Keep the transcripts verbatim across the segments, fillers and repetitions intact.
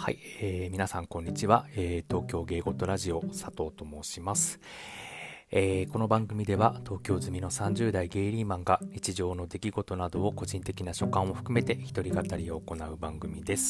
はい、えー皆さんこんにちは、えー東京芸事ラジオ佐藤と申します。えーこの番組では東京済みのさんじゅう代ゲイリーマンが日常の出来事などを個人的な所感を含めて一人語りを行う番組です。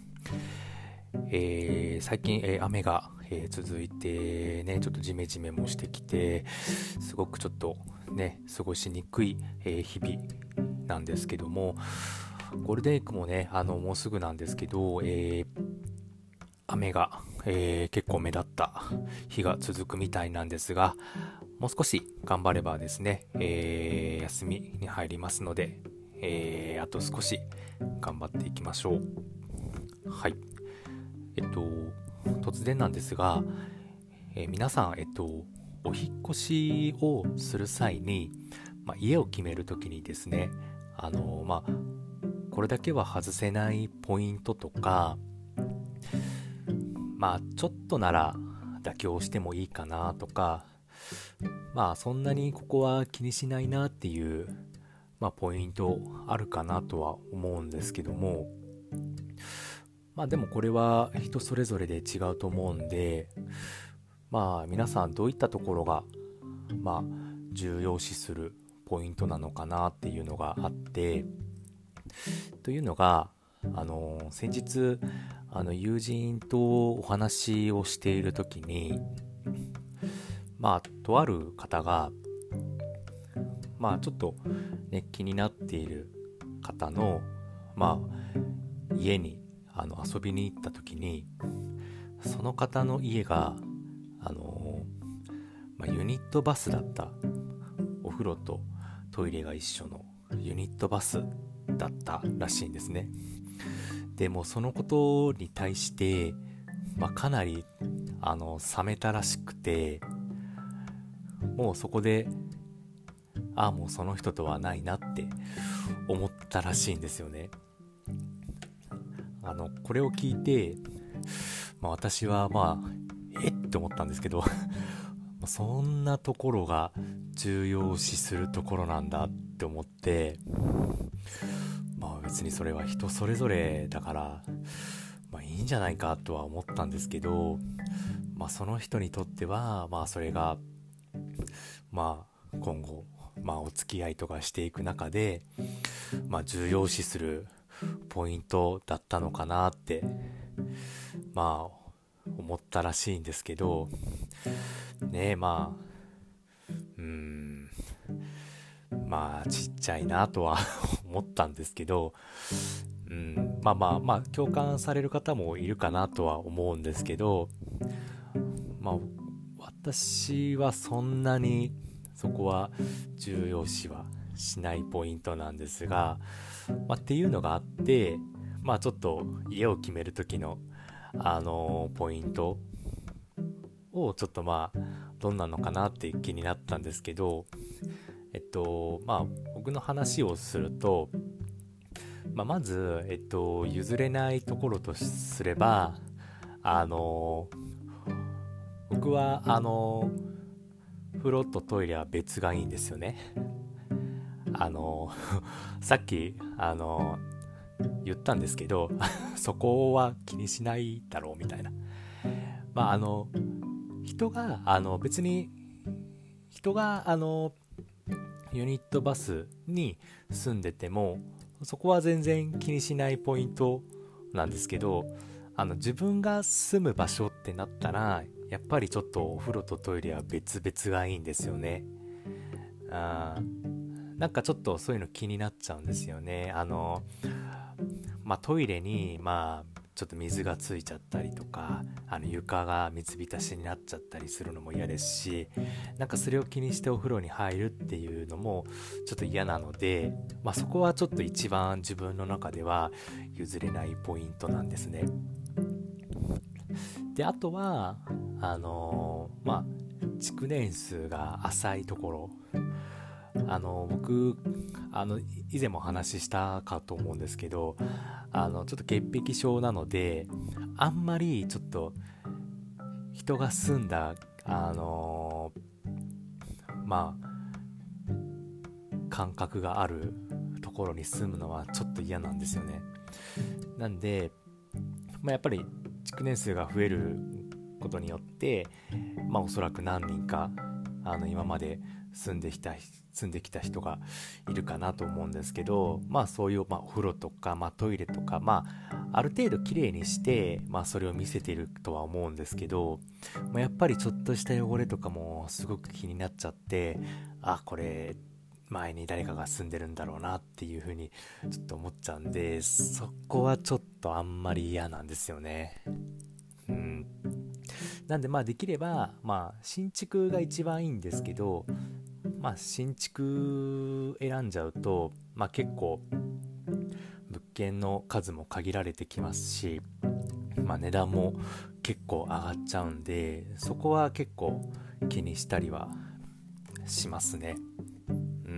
えー最近、えー雨が、えー続いてね、ちょっとジメジメもしてきて、すごくちょっとね過ごしにくい、えー日々なんですけども、ゴールデンウィークもね、あのもうすぐなんですけど、えー雨が、えー結構目立った日が続くみたいなんですが、もう少し頑張ればですね、えー休みに入りますので、えーあと少し頑張っていきましょう。はい。えっと、突然なんですが、えー皆さん、えっと、お引っ越しをする際に、まあ、家を決めるときにですね、あのまあ、これだけは外せないポイントとか、まあちょっとなら妥協してもいいかなとか、まあそんなにここは気にしないなっていう、まあ、ポイントあるかなとは思うんですけども、まあでもこれは人それぞれで違うと思うんで、まあ皆さんどういったところがまあ重要視するポイントなのかなっていうのがあって、というのが、あの先日あの友人とお話をしている時に、まあとある方が、まあちょっとね気になっている方のまあ家にあの遊びに行った時に、その方の家があの、まあ、ユニットバスだった、お風呂とトイレが一緒のユニットバスだったらしいんですね。でもそのことに対して、まあ、かなりあの冷めたらしくて、もうそこで、ああもうその人とはないなって思ったらしいんですよね。あのこれを聞いて、まあ、私はまあえって思ったんですけどそんなところが重要視するところなんだって思って、まあ別にそれは人それぞれだから、まあいいんじゃないかとは思ったんですけど、まあその人にとっては、まあそれが、まあ今後、まあお付き合いとかしていく中で、まあ重要視するポイントだったのかなって、まあ思ったらしいんですけど、ねえ、まあ、うーん、まあちっちゃいなとは思ったんですけど、うん、まあまあまあ共感される方もいるかなとは思うんですけど、まあ私はそんなにそこは重要視はしないポイントなんですが、まあ、っていうのがあって、まあちょっと家を決める時のあのーポイントをちょっとまあどんなのかなって気になったんですけど、えっとまあ僕の話をすると、まあ、まず、えっと、譲れないところとすれば、あの僕はあの風呂とトイレは別がいいんですよね。あのさっきあの言ったんですけどそこは気にしないだろうみたいな。まああの人があの別に人があのユニットバスに住んでてもそこは全然気にしないポイントなんですけど、あの自分が住む場所ってなったらやっぱりちょっとお風呂とトイレは別々がいいんですよね。あーなんかちょっとそういうの気になっちゃうんですよね。あのまあトイレにまあちょっと水がついちゃったりとか、あの床が水浸しになっちゃったりするのも嫌ですし、なんかそれを気にしてお風呂に入るっていうのもちょっと嫌なので、まあ、そこはちょっと一番自分の中では譲れないポイントなんですね。であとはあのーまあ築年数が浅いところ、あの僕あの以前もお話ししたかと思うんですけど、あのちょっと潔癖症なので、あんまりちょっと人が住んだあのまあ感覚があるところに住むのはちょっと嫌なんですよね。なんでまあ、やっぱり築年数が増えることによって、まあ、おそらく何人かあの今まで住んできた住んできた人がいるかなと思うんですけど、まあそういう、まあ、お風呂とか、まあ、トイレとか、まあ、ある程度きれいにして、まあ、それを見せているとは思うんですけど、まあ、やっぱりちょっとした汚れとかもすごく気になっちゃって、あ、これ前に誰かが住んでるんだろうなっていう風にちょっと思っちゃうんで、そこはちょっとあんまり嫌なんですよね。うん。なんでまあできれば、まあ新築が一番いいんですけど、まあ新築選んじゃうと、まあ結構物件の数も限られてきますし、まあ値段も結構上がっちゃうんで、そこは結構気にしたりはしますね。うん。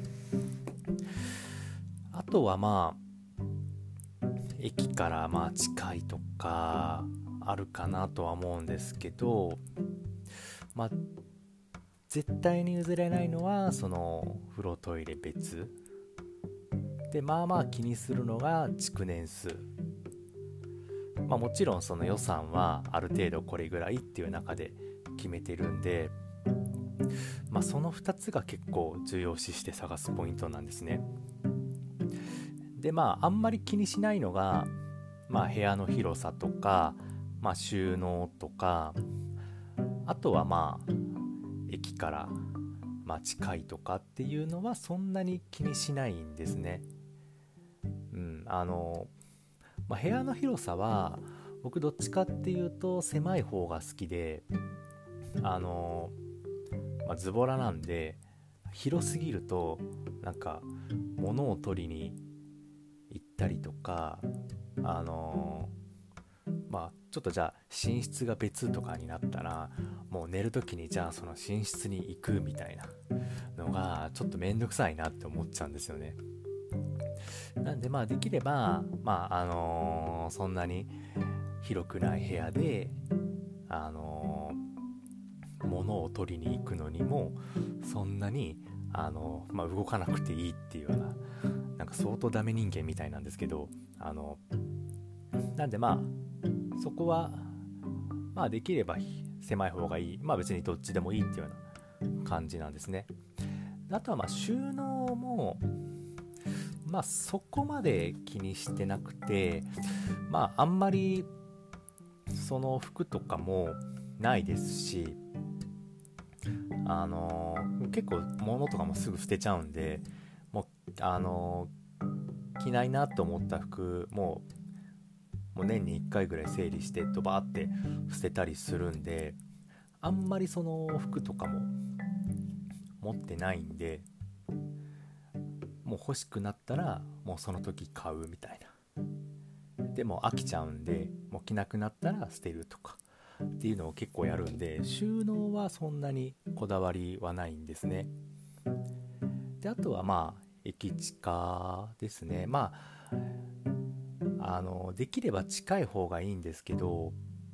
あとはまあ駅からまあ近いとかあるかなとは思うんですけど、まあ絶対に譲れないのはその風呂トイレ別で、まあまあ気にするのが築年数。まあもちろんその予算はある程度これぐらいっていう中で決めてるんで、まあそのふたつが結構重要視して探すポイントなんですね。でまああんまり気にしないのが、まあ部屋の広さとか、まあ収納とか、あとはまあ駅からまあ近いとかっていうのはそんなに気にしないんですね。うん、あの、まあ、部屋の広さは僕どっちかっていうと狭い方が好きで、あの、まあ、ズボラなんで広すぎるとなんか物を取りに行ったりとか、あのまあちょっとじゃあ寝室が別とかになったら、もう寝る時にじゃあその寝室に行くみたいなのがちょっとめんどくさいなって思っちゃうんですよね。なんでまあできればまああのーそんなに広くない部屋であのー物を取りに行くのにもそんなにあのーまあ動かなくていいっていうような、なんか相当ダメ人間みたいなんですけど、あのなんでまあそこはまあできれば狭い方がいい、まあ別にどっちでもいいっていうような感じなんですね。あとはまあ収納もまあそこまで気にしてなくて、まああんまりその服とかもないですし、あのー結構物とかもすぐ捨てちゃうんで、もうあのー着ないなと思った服ももう年にいっかいぐらい整理してドバーって捨てたりするんで、あんまりその服とかも持ってないんで、もう欲しくなったらもうその時買うみたいな。でも飽きちゃうんでもう着なくなったら捨てるとかっていうのを結構やるんで、収納はそんなにこだわりはないんですね。であとはまあ駅近ですね。まああのできれば近い方がいいんですけど、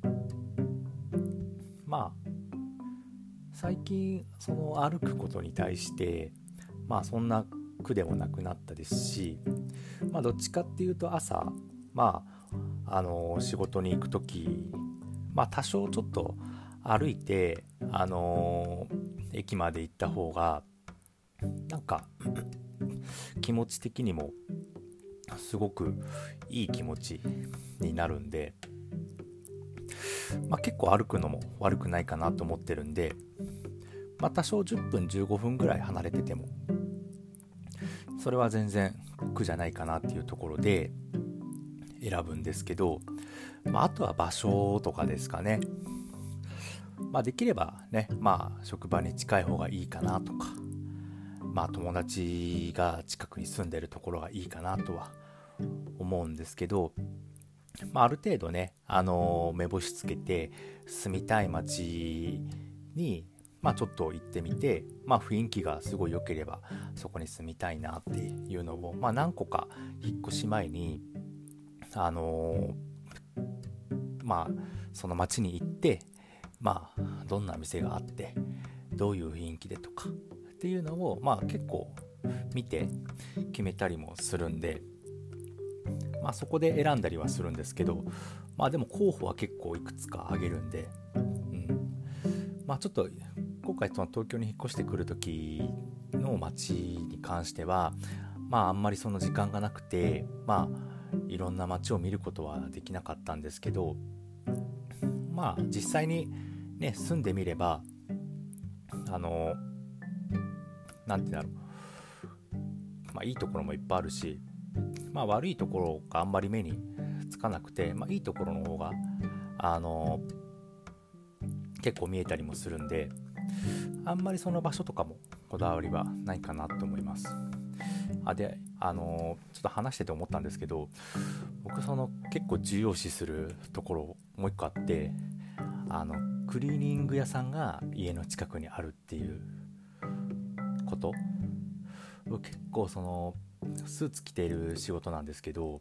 まあ最近その歩くことに対してまあそんな苦でもなくなったですし、まあどっちかっていうと朝まああの仕事に行く時、まあ多少ちょっと歩いてあの駅まで行った方がなんか気持ち的にもすごくいい気持ちになるんで、まあ結構歩くのも悪くないかなと思ってるんで、まあ多少じゅっぷんじゅうごふんぐらい離れててもそれは全然苦じゃないかなっていうところで選ぶんですけど、まあ、あとは場所とかですかね。まあできればね、まあ職場に近い方がいいかなとか、まあ友達が近くに住んでるところがいいかなとは思うんですけど、まあある程度ね、あのー目星つけて住みたい街にまあちょっと行ってみて、まあ雰囲気がすごい良ければそこに住みたいなっていうのを、まあ何個か引っ越し前にあのーまあその街に行って、まあどんな店があってどういう雰囲気でとかっていうのをまあ結構見て決めたりもするんで、 まあ、そこで選んだりはするんですけど、まあでも候補は結構いくつか挙げるんで、うん、まあちょっと今回その東京に引っ越してくる時の街に関しては、まああんまりその時間がなくて、まあいろんな街を見ることはできなかったんですけど、まあ実際にね住んでみれば、あのなんてだろう、まあいいところもいっぱいあるし、まあ悪いところがあんまり目につかなくて、まあいいところの方があの結構見えたりもするんで、あんまりその場所とかもこだわりはないかなと思います。あで、あのちょっと話してて思ったんですけど、僕その結構重要視するところもう一個あって、あのクリーニング屋さんが家の近くにあるっていうこと。結構そのスーツ着ている仕事なんですけど、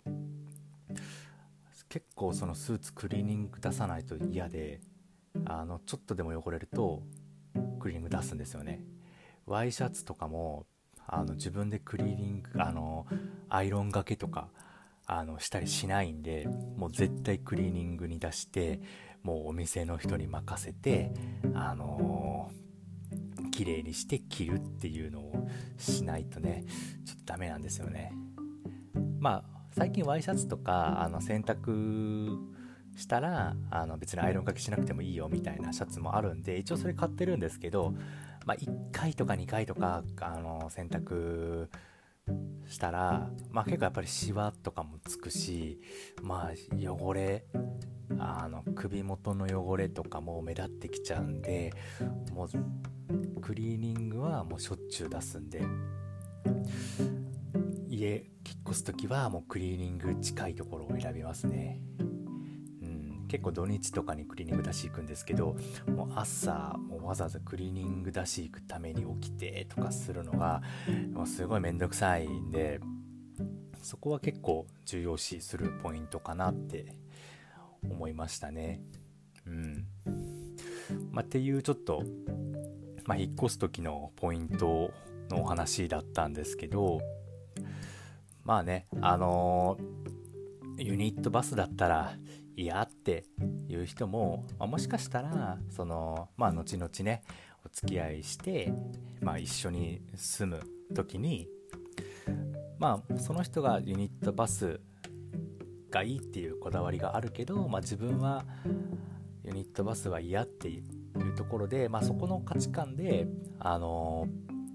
結構そのスーツクリーニング出さないと嫌で、あのちょっとでも汚れるとクリーニング出すんですよね。ワイシャツとかもあの自分でクリーニング、あのアイロンがけとかあのしたりしないんで、もう絶対クリーニングに出して、もうお店の人に任せて、あのー、綺麗にして着るっていうのをしないとね、ちょっとダメなんですよね。まあ最近ワイシャツとかあの洗濯したらあの別にアイロンかけしなくてもいいよみたいなシャツもあるんで、一応それ買ってるんですけど、まあ、いっかいとかにかいとかあの洗濯したら、まあ、結構やっぱりシワとかもつくし、まあ汚れ、あの首元の汚れとかも目立ってきちゃうんで、もうクリーニングはもうしょっちゅう出すんで、家引っ越すときはもうクリーニング近いところを選びますね。うん、結構土日とかにクリーニング出し行くんですけど、もう朝もうわざわざクリーニング出し行くために起きてとかするのがもうすごいめんどくさいんで、そこは結構重要視するポイントかなって思いましたね。うん。まあ、っていうちょっと、まあ、引っ越す時のポイントのお話だったんですけど、まあね、あのー、ユニットバスだったら嫌っていう人も、まあ、もしかしたらそのまあ後々ねお付き合いして、まあ、一緒に住む時に、まあその人がユニットバスがいいっていうこだわりがあるけど、まあ、自分はユニットバスは嫌っていうところで、まあ、そこの価値観で、あの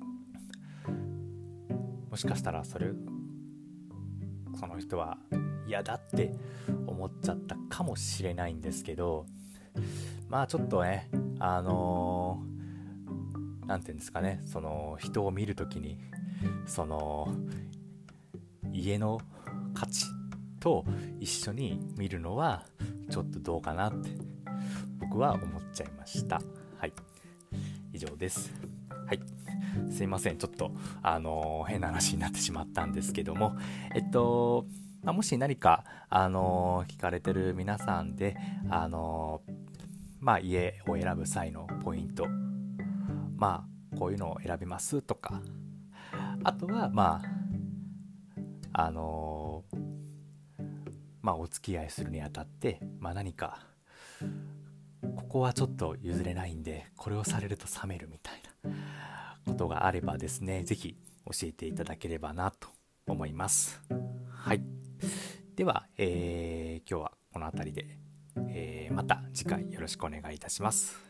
ー、もしかしたらそれその人は嫌だって思っちゃったかもしれないんですけど、まあちょっとね、あのー、なんていうんですかね、その人を見るときにその家の価値と一緒に見るのはちょっとどうかなって僕は思っちゃいました。はい、以上です。はい、すいません、ちょっとあのー、変な話になってしまったんですけども、えっと、まあ、もし何かあのー、聞かれてる皆さんで、あのー、まあ家を選ぶ際のポイント、まあこういうのを選びますとか、あとはまああのー、まあお付き合いするにあたって、まあ何かここはちょっと譲れないんでこれをされると冷めるみたいなことがあればですね、ぜひ教えていただければなと思います。はい、では、えー、今日はこの辺りで、えー、また次回よろしくお願いいたします。